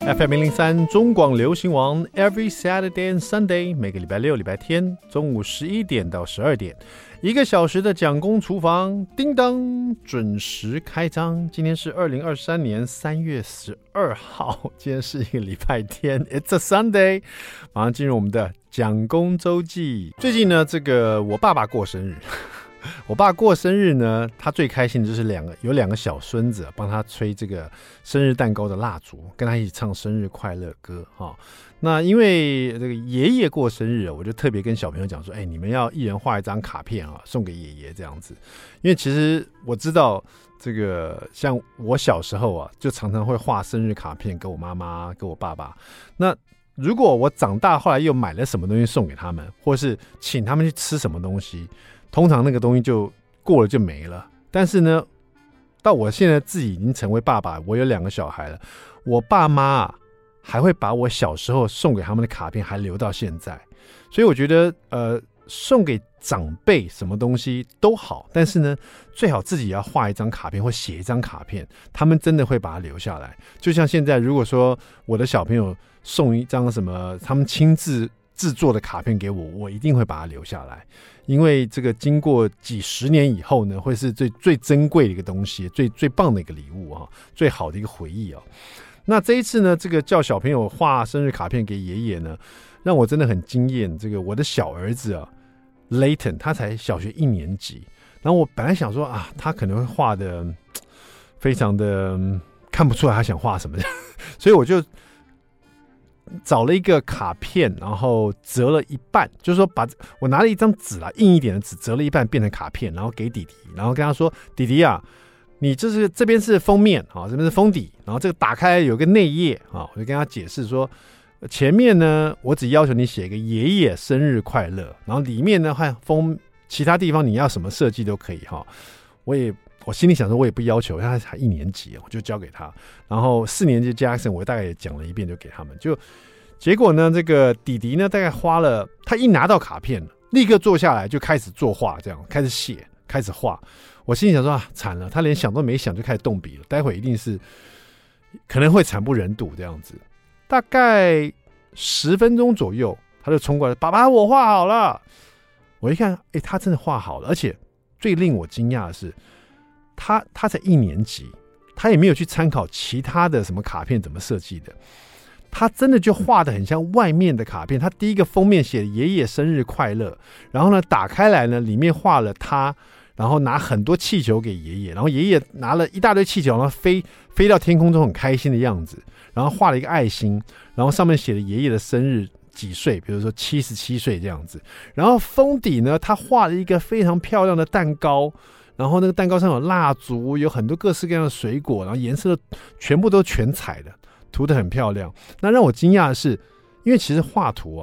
FM 103中广流行王 Every Saturday and Sunday 每个礼拜六礼拜天中午11点到12点1个小时的蒋公厨房叮当准时开张。今天是2023年3月12号，今天是一个礼拜天 It's a Sunday， 马上进入我们的蒋公周记。最近呢，我爸爸过生日，我爸过生日呢，他最开心的就是有两个小孙子帮他吹这个生日蛋糕的蜡烛，跟他一起唱生日快乐歌哈。那因为这个爷爷过生日，我就特别跟小朋友讲说，你们要一人画一张卡片啊，送给爷爷这样子。因为其实我知道这个，像我小时候啊，就常常会画生日卡片给我妈妈、给我爸爸。那如果我长大后来又买了什么东西送给他们，或是请他们去吃什么东西，通常那个东西就过了就没了。但是呢，到我现在自己已经成为爸爸，我有2个小孩了，我爸妈还会把我小时候送给他们的卡片还留到现在。所以我觉得送给长辈什么东西都好，但是呢，最好自己要画一张卡片或写一张卡片，他们真的会把它留下来。就像现在，如果说我的小朋友送一张什么他们亲自制作的卡片给我，我一定会把它留下来，因为这个经过几十年以后呢，会是最珍贵的一个东西，最棒的一个礼物啊，最好的一个回忆啊。那这一次呢，这个叫小朋友画生日卡片给爷爷呢，让我真的很惊艳。这个我的小儿子啊 ，Layton， 他才小学1年级，然后我本来想说啊，他可能会画的非常的看不出来他想画什么，所以我就找了一个卡片，然后折了一半，就是说我拿了一张纸啦，硬一点的纸，折了一半变成卡片，然后给弟弟，然后跟他说：“弟弟啊，你这边是封面啊，这边是封底，然后这个打开有个内页啊。”我就跟他解释说，前面呢，我只要求你写一个爷爷生日快乐，然后里面呢还封其他地方你要什么设计都可以哈。我心里想说，我也不要求，他才1年级，我就交给他。然后4年级 Jackson 我大概也讲了一遍，就给他们。结果呢，这个弟弟呢，大概花了，他一拿到卡片，立刻坐下来就开始作画，这样开始写，开始画。我心里想说啊，惨了，他连想都没想就开始动笔了，待会一定是可能会惨不忍睹这样子。大概10分钟左右，他就冲过来，爸爸，我画好了。我一看，他真的画好了，而且最令我惊讶的是，他才1年级，他也没有去参考其他的什么卡片怎么设计的，他真的就画得很像外面的卡片。他第一个封面写爷爷生日快乐，然后呢打开来呢，里面画了他，然后拿很多气球给爷爷，然后爷爷拿了一大堆气球，然后飞到天空中很开心的样子，然后画了一个爱心，然后上面写了爷爷的生日几岁，比如说77岁这样子。然后封底呢，他画了一个非常漂亮的蛋糕，然后那个蛋糕上有蜡烛，有很多各式各样的水果，然后颜色全部都全彩的，涂得很漂亮。那让我惊讶的是，因为其实画图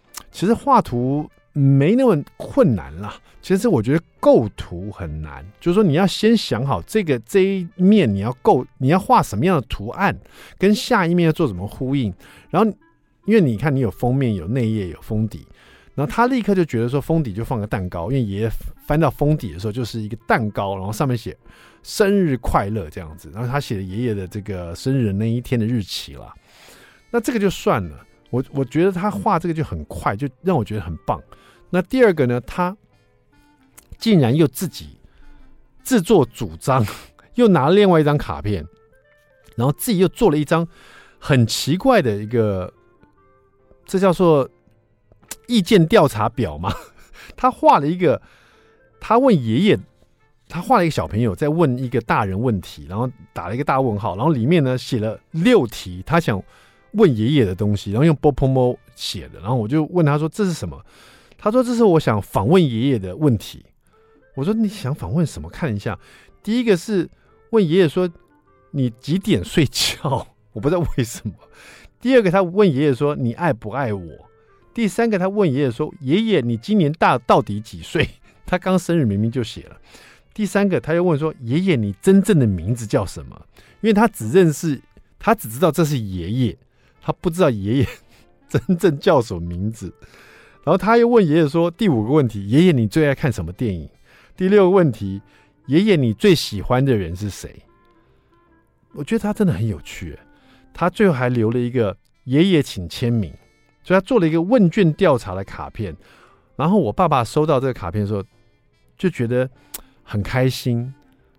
没那么困难啦，其实我觉得构图很难，就是说你要先想好这一面你要画什么样的图案，跟下一面要做什么呼应。然后因为你看你有封面、有内页、有封底，然后他立刻就觉得说封底就放个蛋糕，因为爷爷翻到封底的时候就是一个蛋糕，然后上面写生日快乐这样子，然后他写了爷爷的这个生日的那一天的日期啦。那这个就算了，我觉得他画这个就很快，就让我觉得很棒。那第二个呢，他竟然又自己自作主张，又拿了另外一张卡片，然后自己又做了一张很奇怪的一个，这叫做意见调查表嘛。他画了一个，他问爷爷，他画了一个小朋友在问一个大人问题，然后打了一个大问号，然后里面呢写了6题他想问爷爷的东西，然后用 Bopomo 写的。然后我就问他说这是什么，他说这是我想访问爷爷的问题。我说你想访问什么？看一下，第一个是问爷爷说你几点睡觉，我不知道为什么。第二个他问爷爷说你爱不爱我。第三个他问爷爷说爷爷你今年到底几岁，他刚生日明明就写了。第三个他又问说爷爷你真正的名字叫什么，因为他只知道这是爷爷，他不知道爷爷真正叫什么名字。然后他又问爷爷说，第5个问题，爷爷你最爱看什么电影？第6个问题，爷爷你最喜欢的人是谁？我觉得他真的很有趣。 他最后还留了一个爷爷请签名，所以他做了一个问卷调查的卡片。然后我爸爸收到这个卡片的时候，就觉得很开心。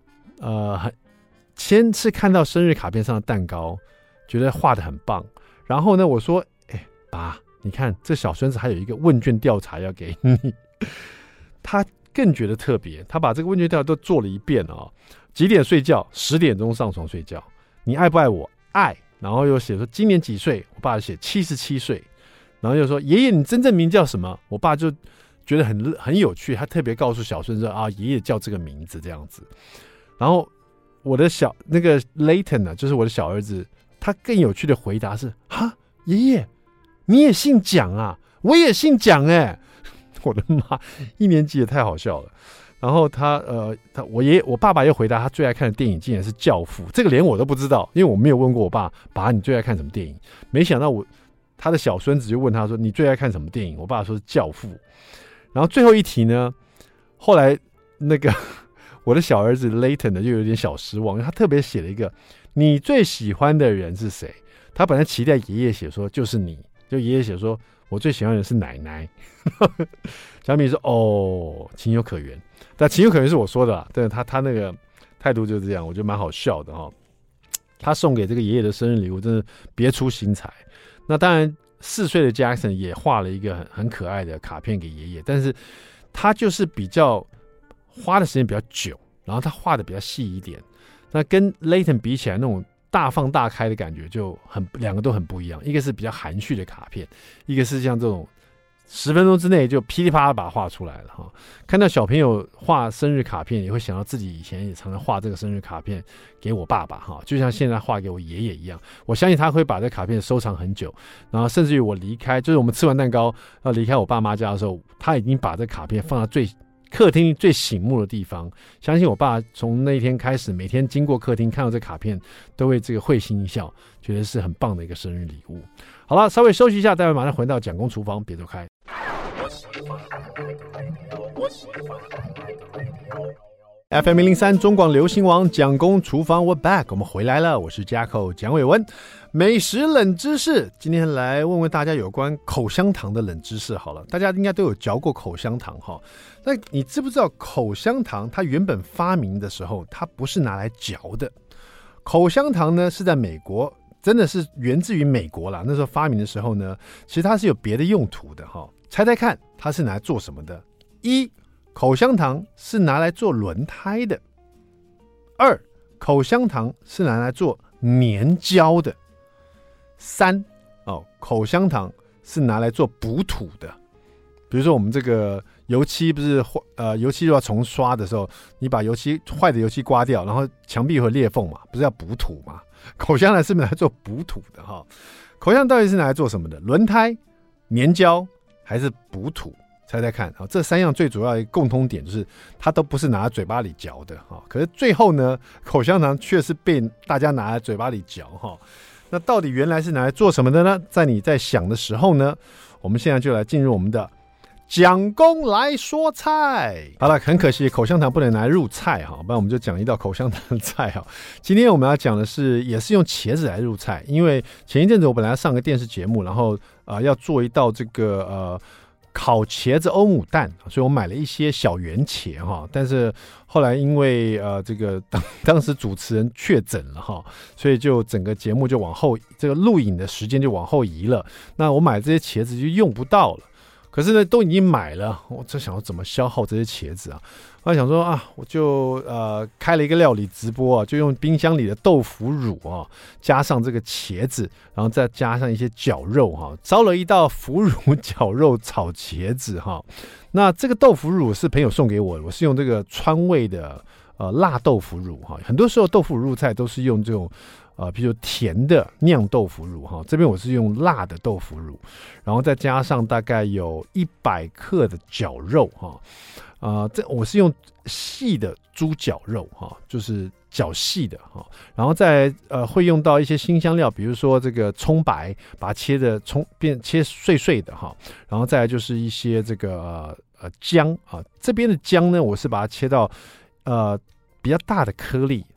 先是看到生日卡片上的蛋糕，觉得画得很棒。然后呢，我说：“爸，你看这小孙子还有一个问卷调查要给你。”他更觉得特别，他把这个问卷调查都做了一遍啊。几点睡觉？10点钟上床睡觉。你爱不爱我？爱。然后又写说今年几岁？我爸写77岁。然后又说爷爷你真正名叫什么？我爸就觉得很有趣，他特别告诉小孙子啊，爷爷叫这个名字这样子。然后我的那个 Layton 呢，就是我的小儿子，他更有趣的回答是：哈，爷爷你也姓蒋啊？我也姓蒋我的妈，1年级也太好笑了。然后我爸爸又回答他最爱看的电影竟然是《教父》，这个连我都不知道，因为我没有问过我爸你最爱看什么电影？没想到他的小孙子就问他说你最爱看什么电影？我爸说是《教父》。然后最后一题呢，后来那个我的小儿子 Layton 呢就有点小失望，他特别写了一个你最喜欢的人是谁？他本来期待爷爷写说就是你，就爷爷写说我最喜欢的人是奶奶。小米说哦，情有可原，但情有可原是我说的啦，但是他那个态度就是这样，我觉得蛮好笑的哈。他送给这个爷爷的生日礼物真的别出心裁。那当然4岁的 Jackson 也画了一个很可爱的卡片给爷爷，但是他就是比较花的时间比较久，然后他画的比较细一点。那跟 Layton 比起来，那种大放大开的感觉就两个都很不一样。一个是比较含蓄的卡片，一个是像这种10分钟之内就噼里啪啦把它画出来了哈。看到小朋友画生日卡片，也会想到自己以前也常常画这个生日卡片给我爸爸哈，就像现在画给我爷爷一样。我相信他会把这卡片收藏很久，然后甚至于我离开，就是我们吃完蛋糕要离开我爸妈家的时候，他已经把这卡片放到客厅最醒目的地方。相信我爸从那一天开始，每天经过客厅看到这卡片，都会这个会心一笑，觉得是很棒的一个生日礼物。好了，稍微休息一下，待会马上回到蒋公厨房，别走开。FM103 中广流行网蒋公厨房 We're back， 我们回来了，我是 Jacko 蒋伟文。美食冷知识，今天来问问大家有关口香糖的冷知识好了。大家应该都有嚼过口香糖哈，那你知不知道口香糖它原本发明的时候，它不是拿来嚼的。口香糖呢是在美国，真的是源自于美国啦。那时候发明的时候呢，其实它是有别的用途的哈。猜猜看，它是拿来做什么的？1. 口香糖是拿来做轮胎的。2. 口香糖是拿来做粘胶的。3. 口香糖是拿来做补土的。比如说我们这个油漆不是油漆要重刷的时候，你把坏的油漆刮掉，然后墙壁会裂缝嘛，不是要补土嘛？口香糖是拿来做补土的哈。口香糖到底是拿来做什么的？轮胎、粘胶还是补土？猜猜看，这3样最主要的共通点就是它都不是拿在嘴巴里嚼的哈。可是最后呢，口香糖却是被大家拿在嘴巴里嚼哈。那到底原来是拿来做什么的呢？在你在想的时候呢，我们现在就来进入我们的蒋公来说菜。好了，很可惜口香糖不能拿来入菜哈，不然我们就讲一道口香糖的菜哈。今天我们要讲的是，也是用茄子来入菜，因为前一阵子我本来要上个电视节目，然后要做一道这个烤茄子欧姆蛋，所以我买了一些小圆茄哈，但是后来因为这个当时主持人确诊了哈，所以就整个节目就往后，这个录影的时间就往后移了。那我买这些茄子就用不到了。可是呢，都已经买了，我就想要怎么消耗这些茄子啊？我想说啊，我就开了一个料理直播啊，就用冰箱里的豆腐乳啊，加上这个茄子，然后再加上一些绞肉哈，烧了一道腐乳绞肉炒茄子哈。那这个豆腐乳是朋友送给我的，我是用这个川味的辣豆腐乳哈。很多时候豆腐乳入菜都是用这种比如甜的酿豆腐乳哈，这边我是用辣的豆腐乳，然后再加上大概有100克的绞肉哈，这我是用细的猪绞肉哈，就是绞细的哈，然后再会用到一些辛香料，比如说这个葱白，把它切碎碎的哈，然后再来就是一些这个姜啊，这边的姜呢，我是把它切到比较大的颗粒。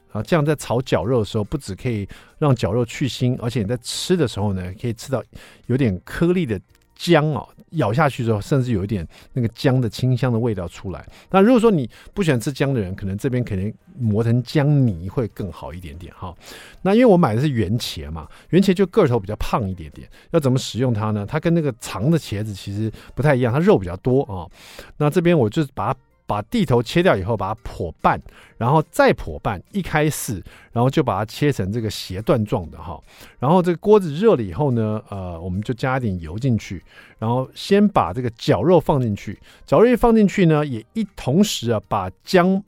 啊，酱在炒绞肉的时候，不只可以让绞肉去腥，而且你在吃的时候呢，可以吃到有点颗粒的姜哦，咬下去之后，甚至有一点那个姜的清香的味道出来。那如果说你不喜欢吃姜的人，可能这边可能磨成姜泥会更好一点点哈。那因为我买的是圆茄嘛，圆茄就个头比较胖一点点，要怎么使用它呢？它跟那个长的茄子其实不太一样，它肉比较多啊。那这边我就是把地头切掉以后，把它剖半，然后再剖半，一开四，然后就把它切成这个斜段状的哈。然后这个锅子热了以后呢，我们就加一点油进去，然后先把这个绞肉放进去，绞肉一放进去呢，也同时啊把姜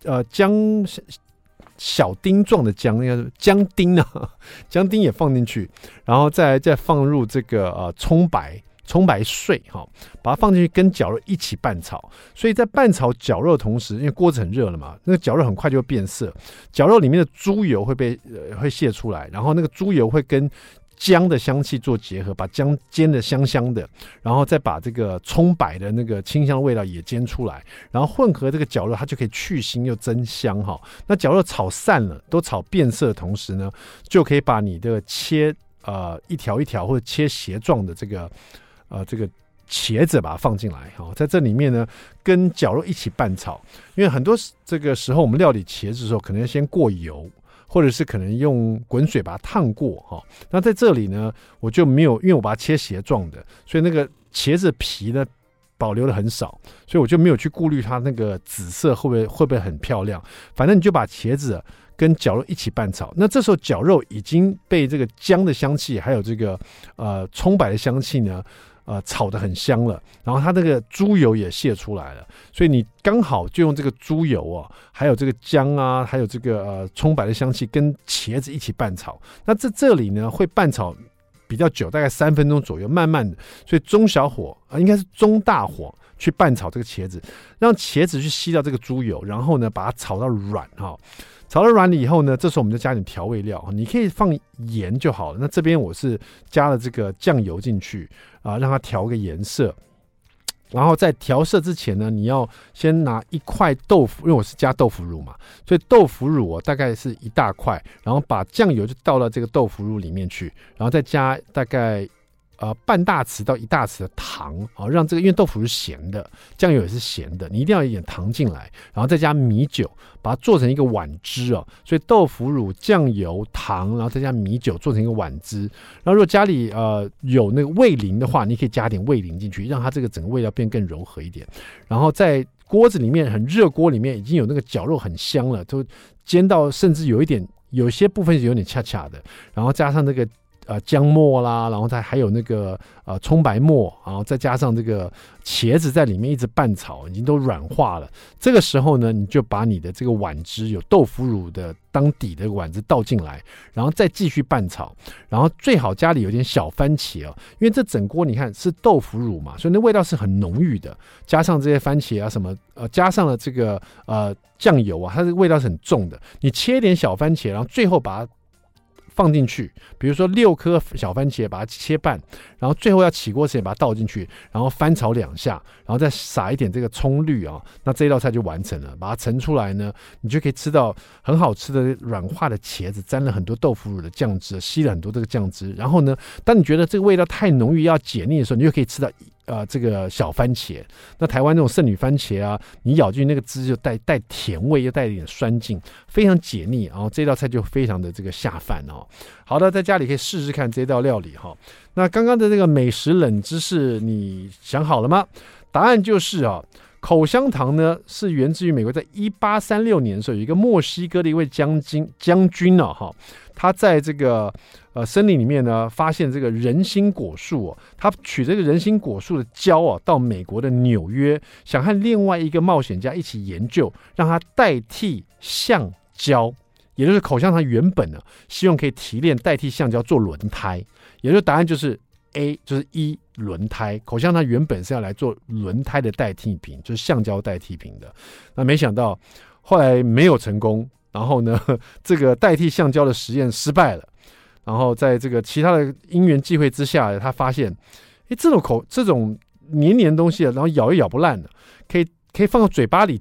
小丁状的姜，应该是姜丁啊，姜丁也放进去，然后再放入这个葱白碎哈，把它放进去跟绞肉一起拌炒。所以在拌炒绞肉的同时，因为锅子很热了嘛，那个绞肉很快就会变色，绞肉里面的猪油会泄出来，然后那个猪油会跟姜的香气做结合，把姜煎的香香的，然后再把这个葱白的那个清香的味道也煎出来，然后混合这个绞肉，它就可以去腥又增香哈。那绞肉炒散了，都炒变色的同时呢，就可以把你的切一条一条或者切斜状的这个茄子把它放进来，在这里面呢跟绞肉一起拌炒。因为很多这个时候我们料理茄子的时候，可能要先过油，或者是可能用滚水把它烫过。那在这里呢，我就没有，因为我把它切斜状的，所以那个茄子皮呢保留的很少，所以我就没有去顾虑它那个紫色会不会很漂亮。反正你就把茄子跟绞肉一起拌炒，那这时候绞肉已经被这个姜的香气还有这个葱白的香气呢炒得很香了，然后它这个猪油也泄出来了，所以你刚好就用这个猪油啊，还有这个姜啊，还有这个葱白的香气跟茄子一起拌炒。那这里呢会拌炒比较久，大概3分钟左右，慢慢的，所以中小火应该是中大火去拌炒这个茄子，让茄子去吸到这个猪油，然后呢把它炒到软哈。炒到软了以后呢，这时候我们就加点调味料，你可以放盐就好了。那这边我是加了这个酱油进去让它调个颜色。然后在调色之前呢，你要先拿一块豆腐，因为我是加豆腐乳嘛，所以豆腐乳大概是一大块，然后把酱油就倒到这个豆腐乳里面去，然后再加大概半大匙到1大匙的糖让这个，因为豆腐是咸的，酱油也是咸的，你一定要有一点糖进来，然后再加米酒，把它做成一个碗汁所以豆腐乳、酱油、糖，然后再加米酒做成一个碗汁。然后如果家里有那个味淋的话，你可以加点味淋进去，让它这个整个味道变更柔和一点。然后在锅子里面很热锅里面已经有那个绞肉很香了，都煎到甚至有些部分是有点恰恰的，然后加上这个姜末啦，然后它还有那个葱白末，然后再加上这个茄子在里面一直拌炒，已经都软化了。这个时候呢，你就把你的这个碗汁，有豆腐乳的当底的碗汁倒进来，然后再继续拌炒。然后最好家里有点小番茄因为这整锅你看是豆腐乳嘛，所以那味道是很浓郁的，加上这些番茄啊什么加上了这个酱油它的味道是很重的。你切一点小番茄，然后最后把它放进去，比如说6颗小番茄，把它切半，然后最后要起锅之前把它倒进去，然后翻炒2下，然后再撒一点这个葱绿那这一道菜就完成了。把它盛出来呢，你就可以吃到很好吃的软化的茄子，沾了很多豆腐乳的酱汁，吸了很多这个酱汁。然后呢，当你觉得这个味道太浓郁要解腻的时候，你就可以吃到这个小番茄。那台湾那种圣女番茄你咬进去那个汁就带甜味，又带一点酸劲，非常解腻。然后这道菜就非常的这个下饭好的，在家里可以试试看这道料理那刚刚的这个美食冷知识你想好了吗？答案就是口香糖呢是源自于美国，在1836年的时候，有一个墨西哥的一位将军他在这个森林里面呢发现这个人参果树他取这个人参果树的胶到美国的纽约，想和另外一个冒险家一起研究，让它代替橡胶，也就是口香糖原本呢希望可以提炼代替橡胶做轮胎，也就是答案就是 A， 就是一轮胎。口香糖原本是要来做轮胎的代替品，就是橡胶代替品的。那没想到后来没有成功，然后呢这个代替橡胶的实验失败了。然后在这个其他的因缘际会之下，他发现这种黏黏东西然后咬也咬不烂的，可以放到嘴巴里嚼，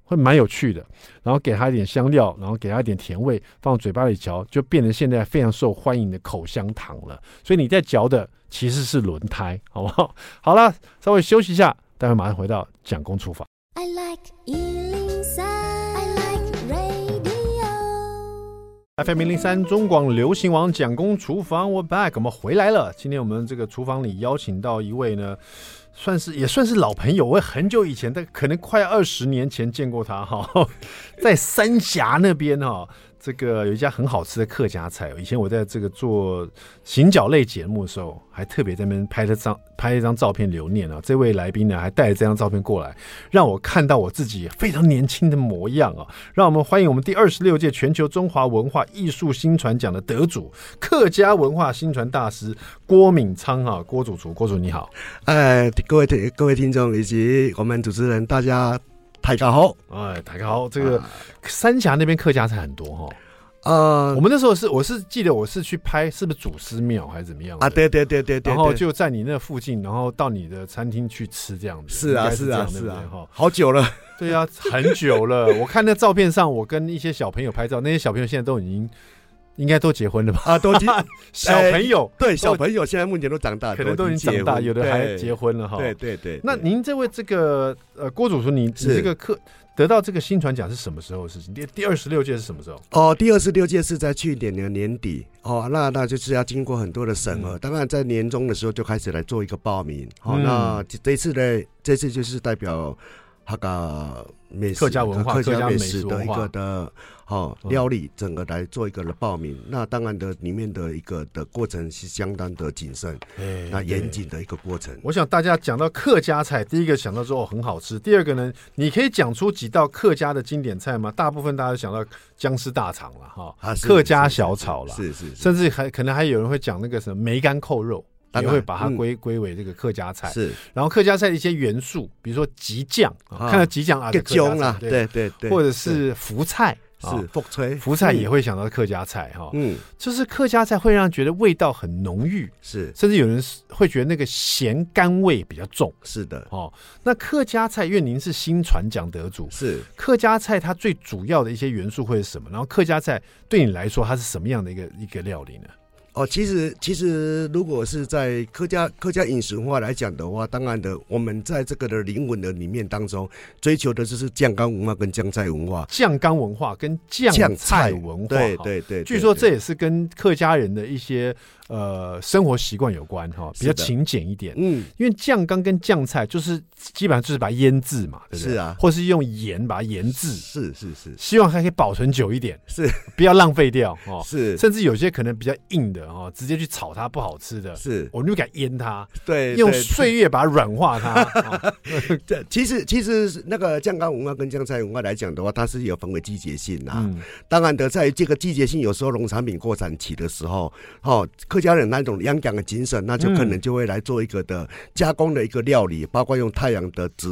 会蛮有趣的，然后给它一点香料，然后给它一点甜味，放嘴巴里嚼，就变成现在非常受欢迎的口香糖了。所以你在嚼的其实是轮胎，好不好？好了，稍微休息一下，待会马上回到蒋公厨房。 I like 103, I like radio. FM 103中广流行网蒋公厨房，我 back， 我们回来了。今天我们这个厨房里邀请到一位呢，也算是老朋友，我很久以前，但可能快20年前见过他哈，在三峡那边哈。这个有一家很好吃的客家菜，以前我在这个做行脚类节目的时候，还特别在那边拍一张照片留念啊。这位来宾呢，还带着这张照片过来，让我看到我自己非常年轻的模样啊。让我们欢迎我们第26届全球中华文化艺术新传奖的得主，客家文化新传大师郭敏昌啊，郭主厨，郭主你好。 各位听众以及我们主持人，大家。大家好， 大家好。这个三峡那边客家菜很多哈。我们那时候我是记得我是去拍，是不是祖师庙还是怎么样啊？ 对， 然后就在你那附近，然后到你的餐厅去吃这样子。是啊， 好久了。 对啊，很久了。我看那照片上，我跟一些小朋友拍照，那些小朋友现在都应该都结婚了吧？ 都小朋友对小朋友现在目前都长大， 可能都已经长大，有的还结婚了哈。 对。 那您这位这个郭主厨，你这个得到这个新传奖是什么时候的事情？第26届是什么时候？ 第26届是在去年的年底那就是要经过很多的审核，当然在年终的时候就开始来做一个报名。那这次就是代表那个美食客家文化、 客家美食的一个的料理，整个来做一个的报名。那当然的里面的一个的过程是相当的谨慎，那严谨的一个过程。 我想大家讲到客家菜，第一个想到说很好吃，第二个呢，你可以讲出几道客家的经典菜吗？大部分大家想到姜丝大肠了哈，客家小炒了， 是， 甚至可能还有人会讲那个什么梅干扣肉。也会把它归为这个客家菜， 是。 然后客家菜的一些元素，比如说吉酱，看到吉酱客家菜，对， 或者是福菜， 是福菜也会想到客家菜哈，就是客家菜会让人觉得味道很浓郁， 是， 甚至有人会觉得那个咸甘味比较重， 是的那客家菜，因为您是新传奖得主， 是客家菜它最主要的一些元素会是什么？然后客家菜对你来说它是什么样的一个料理呢？ 其实如果是在客家饮食文化来讲的话，当然的，我们在这个的灵魂的里面当中，追求的就是酱缸文化跟酱菜文化， 酱缸文化跟酱菜文化， 对， 据说这也是跟客家人的一些生活习惯有关哈，比较勤俭一点。因为酱缸跟酱菜就是基本上就是把它腌制嘛，对不对？ 是啊， 或是用盐把它腌制， 是， 希望它可以保存久一点， 是， 不要浪费掉是， 甚至有些可能比较硬的直接去炒它不好吃的， 是， 我们就给它腌它， 对， 用岁月把它软化它。 其实那个酱缸文化跟酱菜文化来讲的话，它是有分为季节性当然的，在这个季节性，有时候农产品过产期的时候，客家人那种养养的精神，那就可能就会来做一个的加工的一个料理，包括用太阳的紫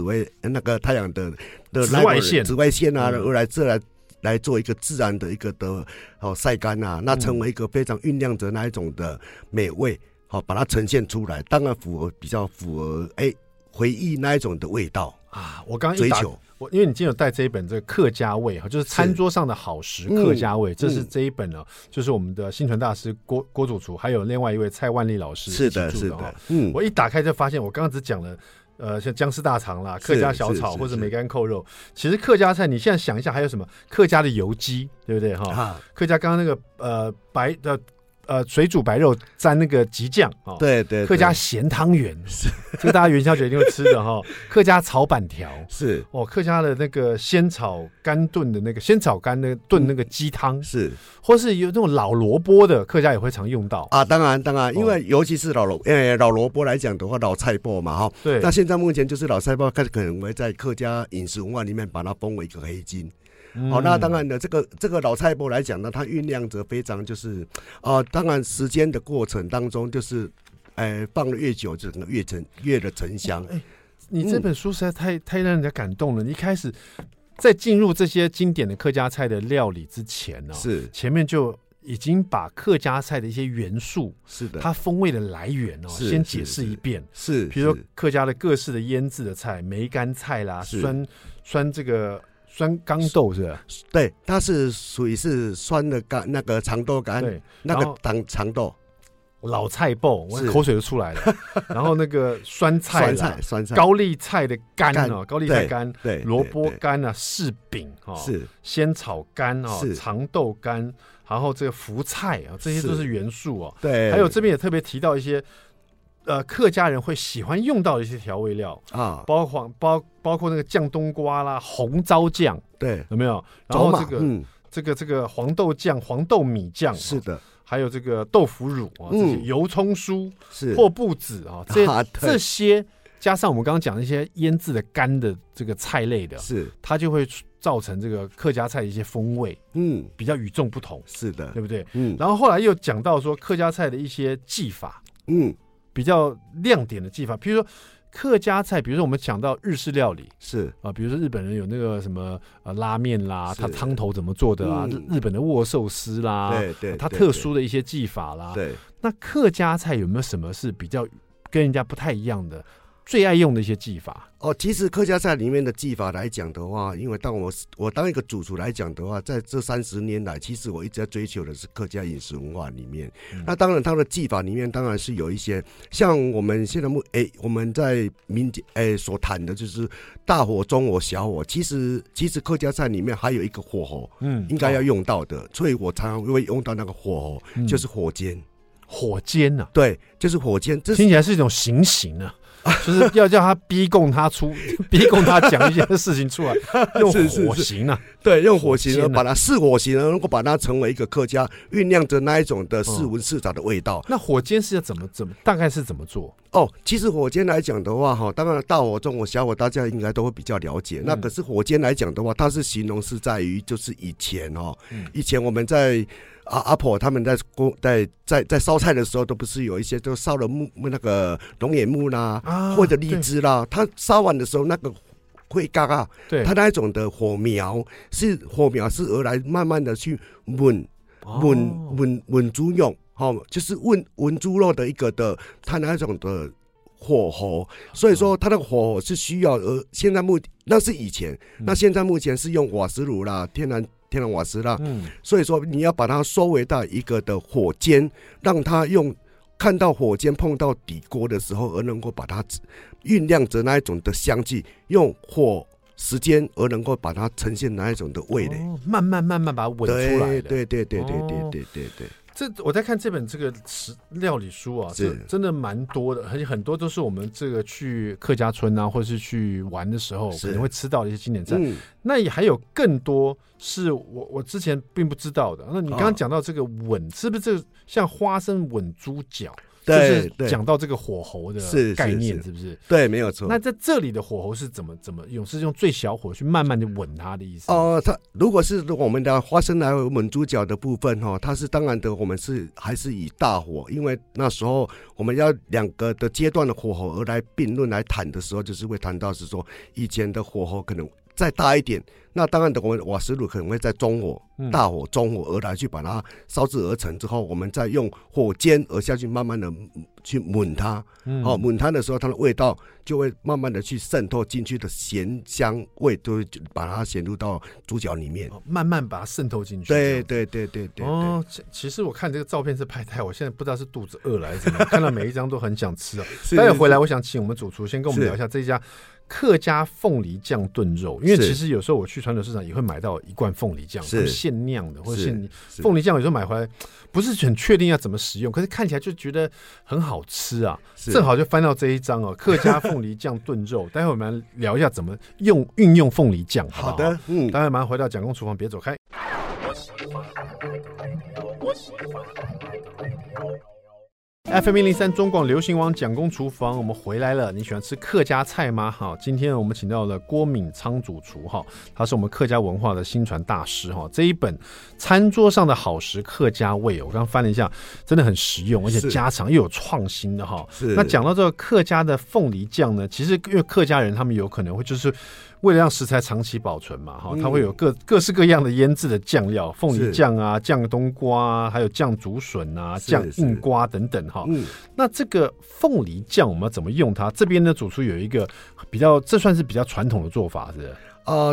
外线啊，来做一个自然的一个的晒干那成为一个非常酝酿着那一种的美味，把它呈现出来，当然比较符合回忆那一种的味道我刚刚追求。 因为你今天有带这一本这个客家味就是餐桌上的好食客家味，这是这一本就是我们的新传大师郭主厨，还有另外一位蔡万利老师是的我一打开就发现，我刚刚只讲了像姜丝大肠啦、客家小炒或者梅干扣肉，其实客家菜你现在想一下还有什么？客家的油鸡，对不对客家刚刚那个白的。水煮白肉沾那个吉酱对， 客家咸汤圆，这个大家元宵节一定会吃的客家炒板条是客家的那个仙草干炖的那个仙草干炖那个鸡汤是， 或是有那种老萝卜的，客家也会常用到当然，因为尤其是老萝卜来讲的话，老菜脯嘛对， 那现在目前就是老菜脯可能会在客家饮食文化里面把它封为一个黑金。那当然的，这个老菜脯来讲呢，它酝酿着非常就是当然时间的过程当中，就是放的越久，整个越的沉香。 你这本书实在太让人家感动了。你一开始在进入这些经典的客家菜的料理之前是前面就已经把客家菜的一些元素， 是的， 它风味的来源先解释一遍。 是， 比如说客家的各式的腌制的菜，梅干菜啦，酸这个酸豇豆是吧？ 对，它是属于是酸的干那个长豆干， 对， 那个长豆。 老菜脯，我口水都出来了。然后那个酸菜酸菜， 高丽菜的干哦，高丽菜干， 对， 萝卜干啊，柿饼哈， 是仙草干哦， 是长豆干，然后这个福菜啊，这些都是元素哦。 对， 还有这边也特别提到一些客家人会喜欢用到的一些调味料啊，包括那个酱冬瓜啦、红糟酱， 对， 有没有？然后这个黄豆酱、黄豆米酱， 是的。 还有这个豆腐乳啊，这些油葱酥、破布子啊，这些加上我们刚刚讲的一些腌制的干的这个菜类的， 是它就会造成这个客家菜的一些风味，比较与众不同， 是的， 对不对？然后后来又讲到说客家菜的一些技法，比较亮点的技法，比如说。客家菜，比如说我们讲到日式料理， 是啊，比如说日本人有那个什么拉面啦，它汤头怎么做的啊？日本的握寿司啦， 对， 它特殊的一些技法啦。 对， 那客家菜有没有什么是比较跟人家不太一样的？最爱用的一些技法其实客家菜里面的技法来讲的话，因为我当一个主厨来讲的话，在这30年来，其实我一直在追求的是客家饮食文化里面。那当然，它的技法里面当然是有一些，像我们现在我们在民间所谈的就是大火、中火、小火。其实客家菜里面还有一个火候，应该要用到的，所以我常常会用到那个火候，就是火煎。 火煎啊， 对，就是火煎，这听起来是一种行刑啊。就是要叫他逼供他讲一些事情出来，用火刑啊， 对，用火刑把它试火刑，能够把它成为一个客家酝酿着那一种的似闻似杂的味道。 那火煎是要怎么大概是怎么做？ 其实火煎来讲的话，当然大火、中火、小火大家应该都会比较了解。那可是火煎来讲的话，它是形容是在于就是以前我们在。阿婆他们在烧菜的时候，都不是有一些都烧了那个龙眼木啦，或者荔枝啦。他烧完的时候，那个会嘎嘎，对，他那一种的火苗是而来慢慢的去焖猪肉，就是焖猪肉的一个的，他那一种的火候。所以说，他那个火候是需要，现在那是以前，那现在目前是用瓦斯炉啦，天然瓦斯啦，所以说你要把它收回到一个的火煎，让它看到火煎碰到底锅的时候，而能够把它酝酿着那一种的香气，用火时间而能够把它呈现那一种的味蕾， 慢慢把它闻出来的。 对。 这我在看这本这个料理书啊，这真的蛮多的，而且很多都是我们这个去客家村啊，或者是去玩的时候可能会吃到的一些经典菜。那也还有更多是我之前并不知道的。那你刚刚讲到这个吻，是不是这个像花生吻猪脚？就是讲到这个火候的概念，是不是？ 对，没有错。 那在这里的火候是怎么用？是用最小火去慢慢的吻它的意思？ 它如果是我们的花生来吻猪脚的部分它是当然的，我们还是以大火，因为那时候我们要2个的阶段的火候而来并论来谈的时候，就是会谈到是说以前的火候可能再大一点。那当然的，我们瓦斯炉可能会在中火、大火、中火而来去把它烧制而成之后，我们再用火煎而下去，慢慢的去焖它。焖它的时候，它的味道就会慢慢的去渗透进去的咸香味，都会把它显入到猪脚里面， 慢慢把它渗透进去。 对。 其实我看这个照片是拍太，我现在不知道是肚子饿了还是怎么样，看到每一张都很想吃啊。待会回来，我想请我们主厨先跟我们聊一下这一家客家凤梨酱炖肉，因为其实有时候我去传统市场也会买到一罐凤梨酱，是现酿的，或者凤梨酱有时候买回来不是很确定要怎么使用，可是看起来就觉得很好吃啊。正好就翻到这一张客家凤梨酱炖肉。待会我们来聊一下怎么运用凤梨酱。好的，待会马上回到蒋公厨房，别走开。FM103 中广流行网蒋公厨房，我们回来了。你喜欢吃客家菜吗？好，今天我们请到了郭敏昌主厨哈，他是我们客家文化的新传大师哈。这一本《餐桌上的好食客家味》，我刚刚翻了一下，真的很实用，而且家常又有创新的哈。那讲到这个客家的凤梨酱呢，其实因为客家人他们有可能会就是为了让食材长期保存嘛，它会有各式各样的腌制的酱料，凤梨酱啊、酱冬瓜啊，还有酱竹笋啊、酱硬瓜等等哈。那这个凤梨酱我们要怎么用它？这边呢，主厨有一个这算是比较传统的做法，是不是？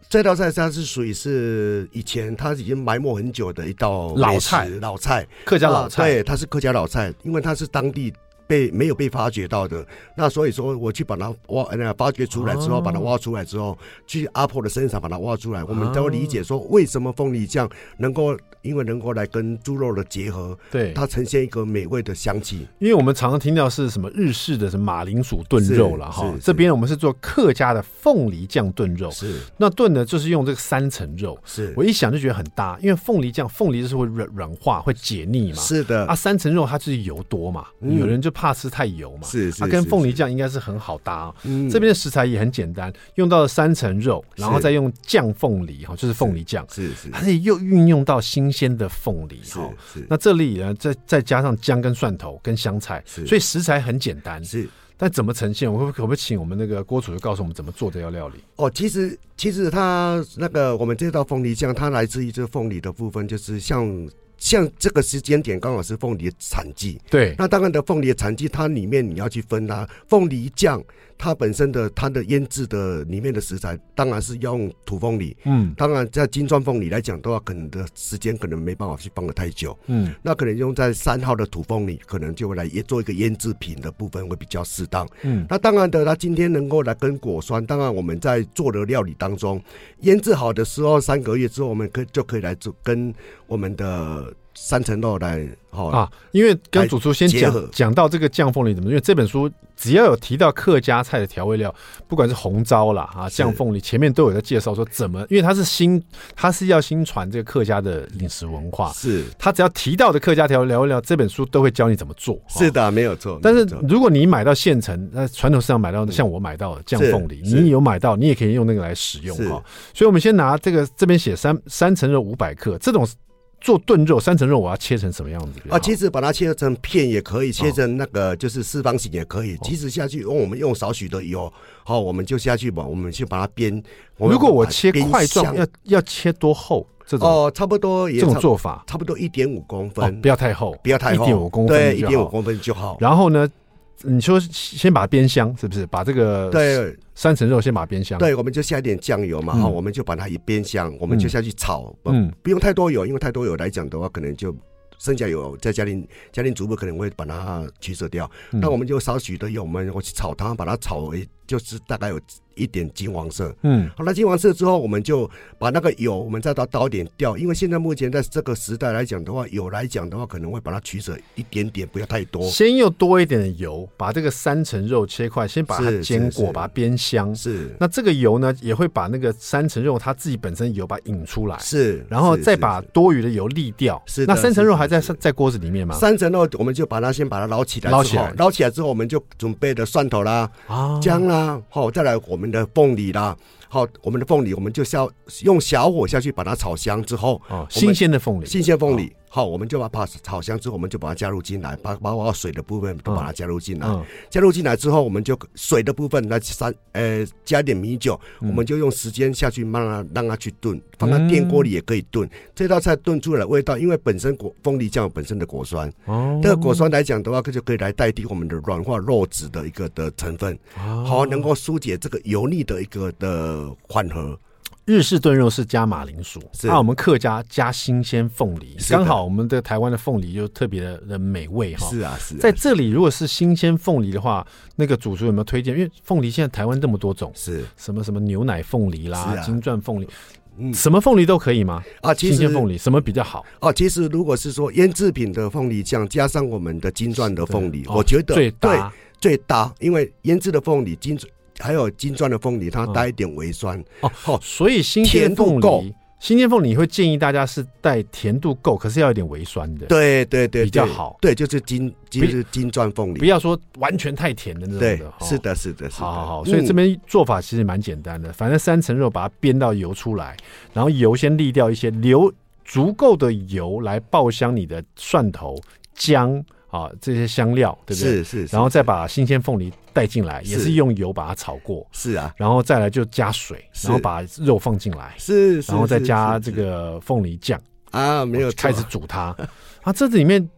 这道菜它是属于是以前它已经埋没很久的一道老菜， 客家老菜， 对，它是客家老菜，因为它是当地没有被发掘到的，那所以说我去把它发掘出来之后，把它挖出来之后，去阿婆的身上把它挖出来，我们都会理解说为什么凤梨酱能够来跟猪肉的结合， 对， 它呈现一个美味的香气。 因为我们常常听到是什么日式的什么马铃薯炖肉了哈，这边我们是做客家的凤梨酱炖肉， 是那炖呢就是用这个3层肉， 是我一想就觉得很搭，因为凤梨就是会软化会解腻嘛， 是的啊，3层肉它就是油多嘛，有人就怕吃太油嘛， 是它跟凤梨酱应该是很好搭，这边的食材也很简单，用到了3层肉，然后再用酱凤梨哈，就是凤梨酱， 是， 它又运用到新鲜的凤梨哈，那这里呢再加上姜跟蒜头跟香菜，所以食材很简单，是。但怎么呈现？可不可以请我们那个郭厨就告诉我们怎么做这道料理？ 哦，其实它那个我们这道凤梨酱，它来自于这凤梨的部分，就是像这个时间点刚好是凤梨的产季， 对。 那当然的凤梨的产季，它里面你要去分它凤梨酱，它本身的它的腌制的里面的食材，当然是要用土凤梨，当然在金钻凤梨来讲的话，可能的时间可能没办法去放得太久，那可能用在3号的土凤梨，可能就会来做一个腌制品的部分会比较适当，那当然的，它今天能够来跟果酸，当然我们在做的料理当中，腌制好的时候3个月之后，我们就可以来做跟我们的3层肉来因为跟主厨先讲到这个酱凤梨怎么，因为这本书只要有提到客家菜的调味料，不管是红糟啦酱凤梨，前面都有在介绍说怎么，因为它是要新传这个客家的饮食文化， 是它只要提到的客家调味料，这本书都会教你怎么做。 是的，没有错。 但是如果你买到现成，那传统市场买到的，像我买到的酱凤梨，你有买到，你也可以用那个来使用哈。所以我们先拿这边写三层肉500克，这种做炖肉3层肉我要切成什么样子其实把它切成片也可以，切成那个就是4方形也可以。其实下去我们用少许的油，我们就下去吧，我们去把它煸。 如果我切块状，要切多厚？这种差不多也这种做法差不多1.5公分， 不要太厚，1.5公分， 对，1.5公分就好。 然后呢？你说先把它煸香，是不是？把这个对 3层肉先把它煸香。 对，我们就下一点酱油嘛，我们就把它一煸香，我们就下去炒，不用太多油，因为太多油来讲的话，可能就剩下油在家庭主妇可能会把它取舍掉。那我们就少许的油，我去炒它，把它炒为就是大概有一点金黄色，好，那金黄色之后，我们就把那个油，我们再倒点掉，因为现在目前在这个时代来讲的话，油来讲的话，可能会把它取舍一点点，不要太多。 先用多一点的油，把这个3层肉切块，先把它煎过，把它煸香。 是， 那这个油呢，也会把那个3层肉它自己本身油把它引出来， 是， 然后再把多余的油沥掉。是，那3层肉还在锅子里面吗 ？3层肉我们就先把它捞起来，捞起来之后，我们就准备的蒜头啦、姜啦，再来我们的凤梨啦，我们的凤梨我们就用小火下去把它炒香之后， 新鲜凤梨， 我们就把它炒香之后，我们就把它加入进来，把水的部分都把它加入进来。加入进来之后，我们就水的部分加一点米酒，我们就用时间下去让它去炖，放在电锅里也可以炖。这道菜炖出来的味道，因为本身凤梨酱本身的果酸，这个果酸来讲的话，就可以来代替我们的软化肉质的一个的成分，能够疏解这个油腻的一个的缓和。 日式炖肉是加马铃薯，那我们客家加新鲜凤梨，刚好我们的台湾的凤梨就特别的美味哈。 是啊， 在这里如果是新鲜凤梨的话，那个主厨有没有推荐？因为凤梨现在台湾这么多种，是什么牛奶凤梨啦、金钻凤梨。什么凤梨都可以吗？新鲜凤梨什么比较好？ 其实如果是说腌制品的凤梨酱加上我们的金钻的凤梨，我觉得最搭，因为腌制的凤梨还有金钻的凤梨，它带一点微酸所以新鲜凤梨会建议大家是带甜度够，可是要有点微酸的， 对， 比较好。 对，就是金钻凤梨， 不要说完全太甜的那种的。 对，是的。 好，所以这边做法其实蛮简单的，反正3层肉把它煸到油出来，然后油先沥掉一些，留足够的油来爆香你的蒜头、姜。这些香料对不对？是，然后再把新鲜凤梨带进来，也是用油把它炒过。是啊，然后再来就加水，然后把肉放进来。是，然后再加这个凤梨酱没有开始煮它。这里面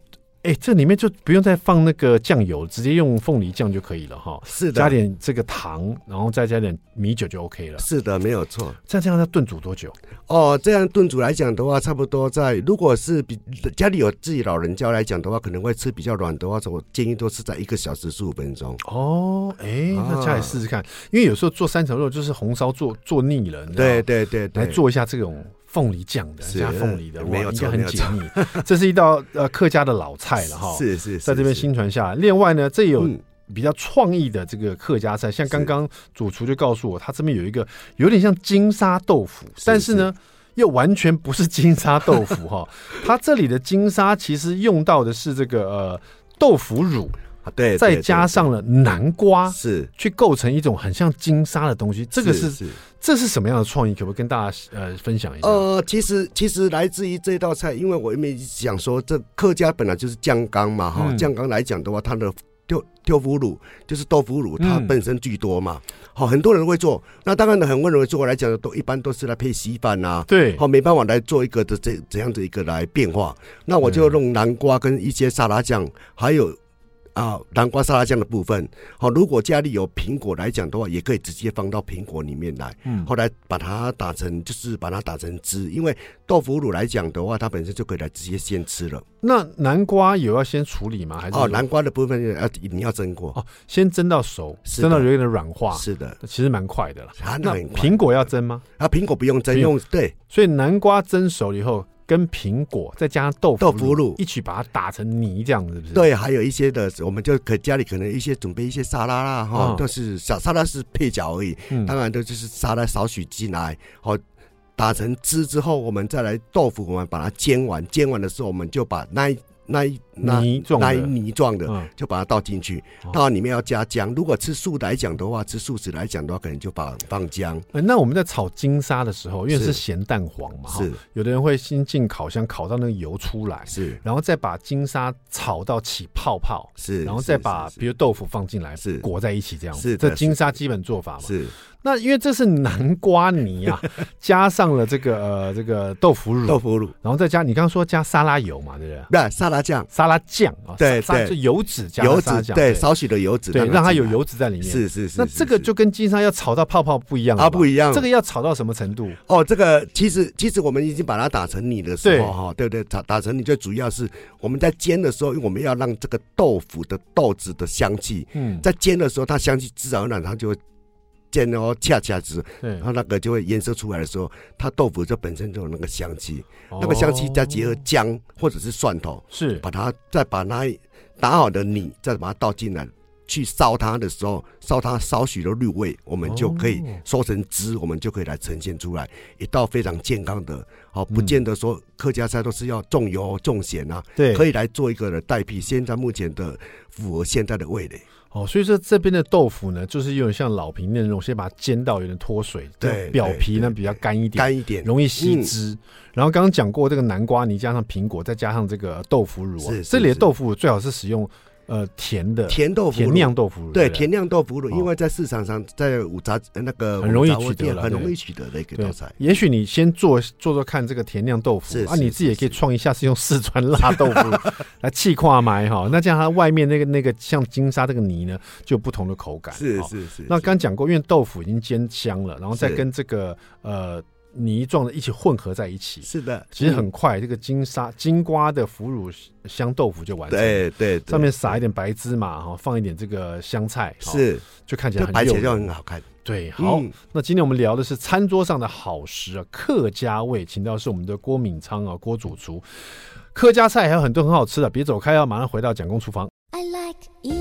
这里面就不用再放那个酱油，直接用凤梨酱就可以了哈。 是的， 加点这个糖，然后再加点米酒就 OK 了。 是的，没有错。 这样要炖煮多久？ 这样炖煮来讲的话，差不多如果是家里有自己老人家来讲的话，可能会吃比较软的话，我建议都是在1个小时15分钟。 那家里试试看，因为有时候做三层肉就是红烧做腻了， 对， 来做一下这种凤梨酱的，加凤梨的， 没有错， 应该很解腻。这是一道客家的老菜了哈， 是， 在这边新传下来。另外呢，这有比较创意的这个客家菜，像刚刚主厨就告诉我，他这边有一个有点像金沙豆腐，但是呢又完全不是金沙豆腐哈。他这里的金沙其实用到的是这个豆腐乳。 对， 再加上了南瓜， 是去构成一种很像金沙的东西。这是什么样的创意？可不可以跟大家分享一下？ 其实来自于这道菜，因为我因为想说，这客家本来就是酱缸嘛，哈，酱缸来讲的话，它的豆腐乳就是豆腐乳，它本身居多嘛。好，很多人会做，那当然很多人会做来讲的，一般都是来配稀饭啊。 对， 好，没办法来做一个的这样的一个来变化。那我就用南瓜跟一些沙拉酱，还有。南瓜沙拉酱的部分，如果家里有苹果来讲的话，也可以直接放到苹果里面来。后来把它打成汁，因为豆腐乳来讲的话，它本身就可以来直接先吃了。 那南瓜有要先处理吗？还是南瓜的部分你要蒸过先蒸到熟，蒸到有点软化。 是的， 其实蛮快的了。 那苹果要蒸吗？ 苹果不用蒸，对。 所以南瓜蒸熟了以后。跟苹果再加上豆腐乳一起把它打成泥，这样是不是？ 对，还有一些的，我们就家里可能准备一些沙拉啦，哈，都是小沙拉是配角而已。当然就是沙拉少许进来，打成汁之后，我们再来豆腐，我们把它煎完的时候，我们就把泥状的就把它倒进去，到里面要加姜。如果吃素来讲的话，吃素食来讲的话，可能就放姜。 那我们在炒金沙的时候，因为是咸蛋黄嘛，是有的人会先进烤箱烤到那个油出来， 是， 然后再把金沙炒到起泡泡， 是， 然后再把比如豆腐放进来，是裹在一起这样子。 是， 这金沙基本做法嘛。 是。 那因为这是南瓜泥啊，加上了这个豆腐乳，然后再加你刚刚说加沙拉油嘛，对不对？ 对，沙拉酱啊， 对， 就油脂加沙拉酱， 对，少许的油脂， 对，让它有油脂在里面。 是。 那这个就跟金沙要炒到泡泡不一样不一样。 这个要炒到什么程度？ 这个其实我们已经把它打成泥的时候，对不对？打成泥最主要是我们在煎的时候，因为我们要让这个豆腐的豆子的香气，在煎的时候，它香气自然而然它就会。煎恰汁，然后那个就会颜色出来的时候，它豆腐就本身就有那个香气，那个香气再结合姜或者是蒜头， 是再把那打好的泥再把它倒进来，去烧它的时候，烧它少许的绿味，我们就可以收成汁，我们就可以来呈现出来一道非常健康的。不见得说客家菜都是要重油重咸啊， 对， 可以来做一个的代替，现在目前的符合现在的味蕾。 所以说这边的豆腐呢，就是有点像老平面那种，先把它煎到有点脱水， 对， 表皮呢比较干一点，容易吸汁。然后刚刚讲过这个南瓜泥加上苹果，再加上这个豆腐乳，这里的豆腐乳最好是使用甜豆腐乳，甜酿豆腐乳， 对，甜酿豆腐乳，因为在市场上，在五杂那个很容易取得， 很容易取得的一个道菜。 也许你先做看这个甜酿豆腐，你自己也可以创意一下，是用四川辣豆腐来气跨埋哈。那这样它外面那个像金沙这个泥呢，就有不同的口感。 是。 那刚讲过，因为豆腐已经煎香了，然后再跟这个泥状的一起混合在一起， 是的， 其实很快，这个金瓜的腐乳香豆腐就完成了。 对， 上面撒一点白芝麻放一点这个香菜， 是， 就看起来很白起来就很好看。 对，好，那今天我们聊的是餐桌上的好食客家味，请到是我们的郭敏昌郭主厨。客家菜还有很多很好吃的，别走开马上回到蒋公厨房。 I like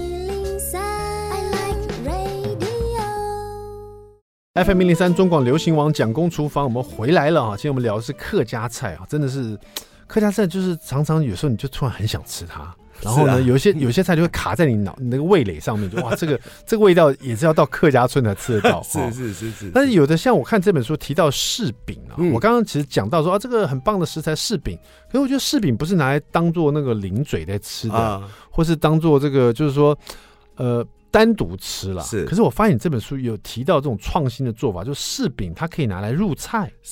103, I like radio.FM 103中广流行网蒋公厨房，我们回来了今天我们聊的是客家菜真的是客家菜，就是常常有时候你就突然很想吃它，然后呢，有些菜就会卡在你那个味蕾上面，就哇，这个味道也是要到客家村才吃得到。 是。 但是有的像我看这本书提到柿饼我刚刚其实讲到说这个很棒的食材柿饼，可是我觉得柿饼不是拿来当做那个零嘴在吃的，或是当做这个就是说单独吃了， 是。 可是我发现这本书有提到这种创新的做法，就是柿饼它可以拿来入菜， 是。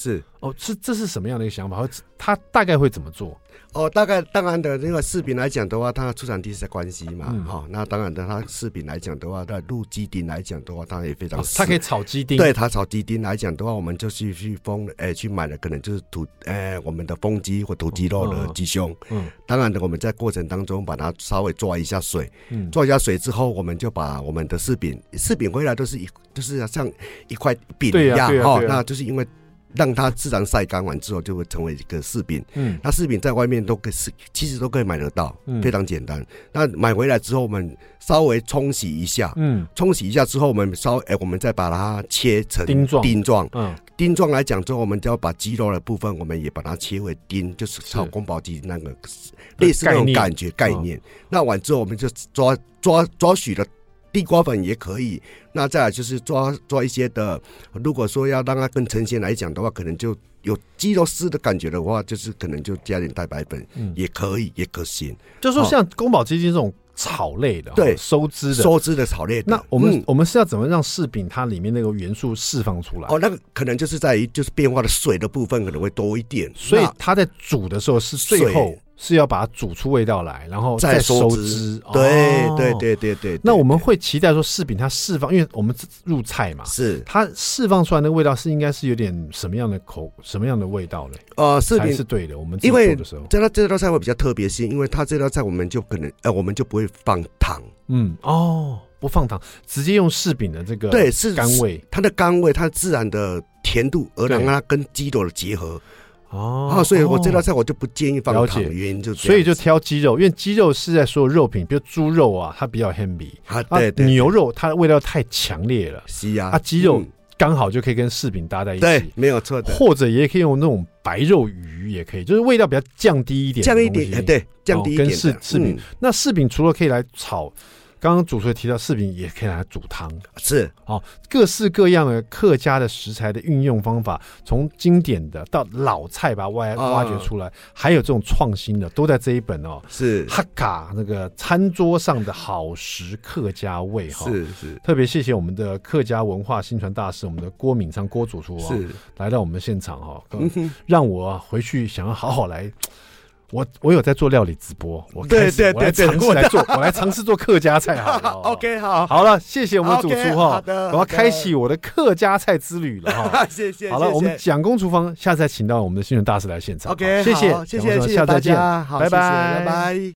哦，这是什么样的一个想法？他大概会怎么做？ 哦，大概当然的那个柿饼来讲的话，它出产地是在关西嘛，那当然的，它柿饼来讲的话，它入鸡丁来讲的话，它也非常它可以炒鸡丁。 对，它炒鸡丁来讲的话，我们就是去买的可能就是我们的风鸡或土鸡肉的鸡胸。当然的，我们在过程当中把它稍微抓一下水，抓一下水之后，我们就把我们的柿饼回来就是像一块饼一样那就是因为让它自然晒干完之后，就会成为一个柿饼。那柿饼在外面其实都可以买得到，非常简单。那买回来之后，我们稍微冲洗一下，冲洗一下之后，我们再把它切成丁状。丁状来讲之后，我们就要把鸡肉的部分，我们也把它切为丁，就是炒宫保鸡那个类似那种概念。那完之后，我们就抓许的地瓜粉也可以，那再来就是抓一些的，如果说要让它更呈现来讲的话，可能就有鸡肉丝的感觉的话，就是可能就加点太白粉，也可以，也可行。 就是说像宫保鸡丁这种炒类的，对，收汁的炒类的，那我们是要怎么让柿饼它里面那个元素释放出来？ 那个可能就是在于就是变化的水的部分可能会多一点， 所以它在煮的时候是最后是要把它煮出味道来，然后再收汁。 对。 那我们会期待说柿饼它释放，因为我们入菜嘛，是它释放出来的味道是应该是有点什么样的味道呢？柿饼是对的。我们自己做的时候， 这道菜会比较特别性，因为它这道菜我们就可能我们就不会放糖。 不放糖，直接用柿饼的这个甘味， 它的甘味，它自然的甜度，而让它跟鸡肉的结合。所以我这道菜我就不建议放糖，原因就所以就挑鸡肉，因为鸡肉是在所有肉品，比如猪肉啊，它比较 heavy 对，牛肉它的味道太强烈了， 是啊， 鸡肉刚好就可以跟柿饼搭在一起， 对，没有错的。 或者也可以用那种白肉鱼，也可以，就是味道比较降低一点， 对，降低一点跟柿饼。那柿饼除了可以来炒。刚刚主持人提到柿饼也可以拿来煮汤， 是各式各样的客家的食材的运用方法，从经典的到老菜把它挖掘出来，还有这种创新的，都在这一本是哈卡那个餐桌上的好食客家味是。 特别谢谢我们的客家文化新传大使，我们的郭敏昌郭主厨是来到我们现场让我回去想要好好来。我有在做料理直播，我来尝试做客家菜好了。 OK， 好了，谢谢我们主厨我要开启我的客家菜之旅了谢谢。 好了，我们蒋公厨房下次再请到我们的新闻大师来现场。 OK， 谢谢， 谢谢， 下次再见， 拜拜。